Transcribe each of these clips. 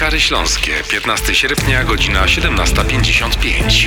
Piekary Śląskie, 15 sierpnia, godzina 17:55.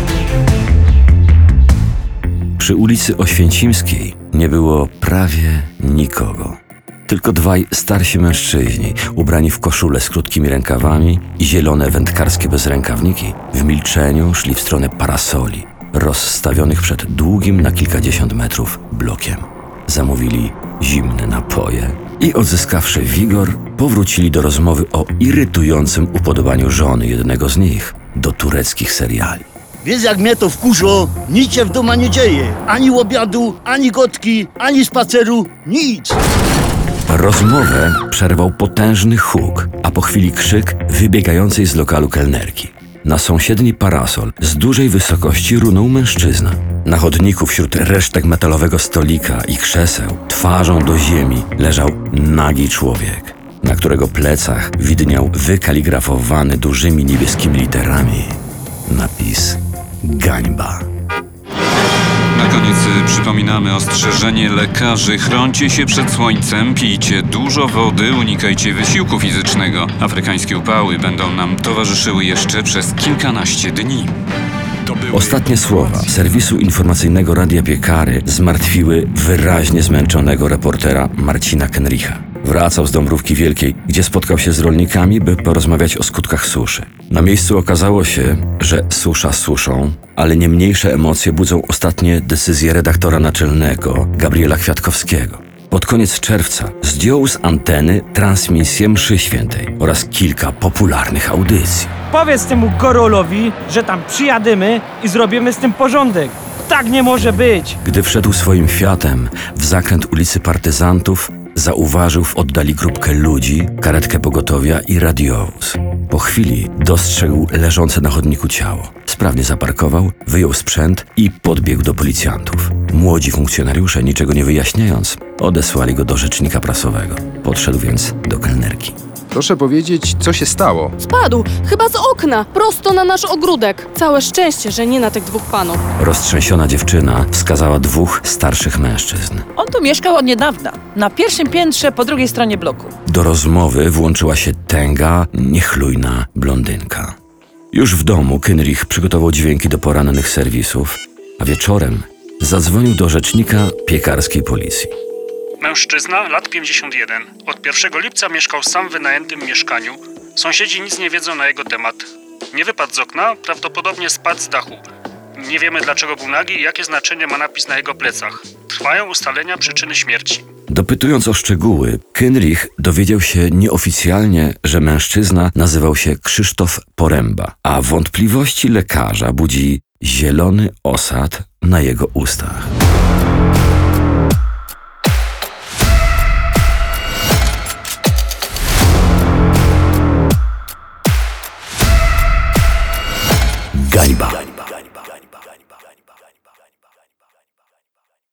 Przy ulicy Oświęcimskiej nie było prawie nikogo. Tylko dwaj starsi mężczyźni, ubrani w koszule z krótkimi rękawami i zielone wędkarskie bezrękawniki, w milczeniu szli w stronę parasoli, rozstawionych przed długim na kilkadziesiąt metrów blokiem. Zamówili zimne napoje i odzyskawszy wigor, powrócili do rozmowy o irytującym upodobaniu żony jednego z nich do tureckich seriali. Wiesz, jak mnie to wkurzo, nic się w domu nie dzieje. Ani obiadu, ani gotki, ani spaceru, nic. Rozmowę przerwał potężny huk, a po chwili krzyk wybiegającej z lokalu kelnerki. Na sąsiedni parasol z dużej wysokości runął mężczyzna. Na chodniku wśród resztek metalowego stolika i krzeseł, twarzą do ziemi, leżał nagi człowiek, na którego plecach widniał wykaligrafowany dużymi niebieskimi literami napis „Gańba”. Na koniec przypominamy ostrzeżenie lekarzy. Chrońcie się przed słońcem, pijcie dużo wody, unikajcie wysiłku fizycznego. Afrykańskie upały będą nam towarzyszyły jeszcze przez kilkanaście dni. Ostatnie słowa serwisu informacyjnego Radia Piekary zmartwiły wyraźnie zmęczonego reportera Marcina Kenricha. Wracał z Dąbrówki Wielkiej, gdzie spotkał się z rolnikami, by porozmawiać o skutkach suszy. Na miejscu okazało się, że susza suszą, ale nie mniejsze emocje budzą ostatnie decyzje redaktora naczelnego Gabriela Kwiatkowskiego. Pod koniec czerwca zdjął z anteny transmisję mszy świętej oraz kilka popularnych audycji. Powiedz temu Gorolowi, że tam przyjadymy i zrobimy z tym porządek. Tak nie może być. Gdy wszedł swoim Fiatem w zakręt ulicy Partyzantów, zauważył w oddali grupkę ludzi, karetkę pogotowia i radiowóz. Po chwili dostrzegł leżące na chodniku ciało. Sprawnie zaparkował, wyjął sprzęt i podbiegł do policjantów. Młodzi funkcjonariusze, niczego nie wyjaśniając, odesłali go do rzecznika prasowego. Podszedł więc do kelnerki. Proszę powiedzieć, co się stało? Spadł, chyba z okna, prosto na nasz ogródek. Całe szczęście, że nie na tych dwóch panów. Roztrzęsiona dziewczyna wskazała dwóch starszych mężczyzn. On tu mieszkał od niedawna, na pierwszym piętrze po drugiej stronie bloku. Do rozmowy włączyła się tęga, niechlujna blondynka. Już w domu Kenrich przygotował dźwięki do porannych serwisów, a wieczorem zadzwonił do rzecznika piekarskiej policji. Mężczyzna, lat 51. Od 1 lipca mieszkał sam w wynajętym mieszkaniu. Sąsiedzi nic nie wiedzą na jego temat. Nie wypadł z okna, prawdopodobnie spadł z dachu. Nie wiemy, dlaczego był nagi i jakie znaczenie ma napis na jego plecach. Trwają ustalenia przyczyny śmierci. Dopytując o szczegóły, Kenrich dowiedział się nieoficjalnie, że mężczyzna nazywał się Krzysztof Poręba, a wątpliwości lekarza budzi zielony osad na jego ustach. Gańba.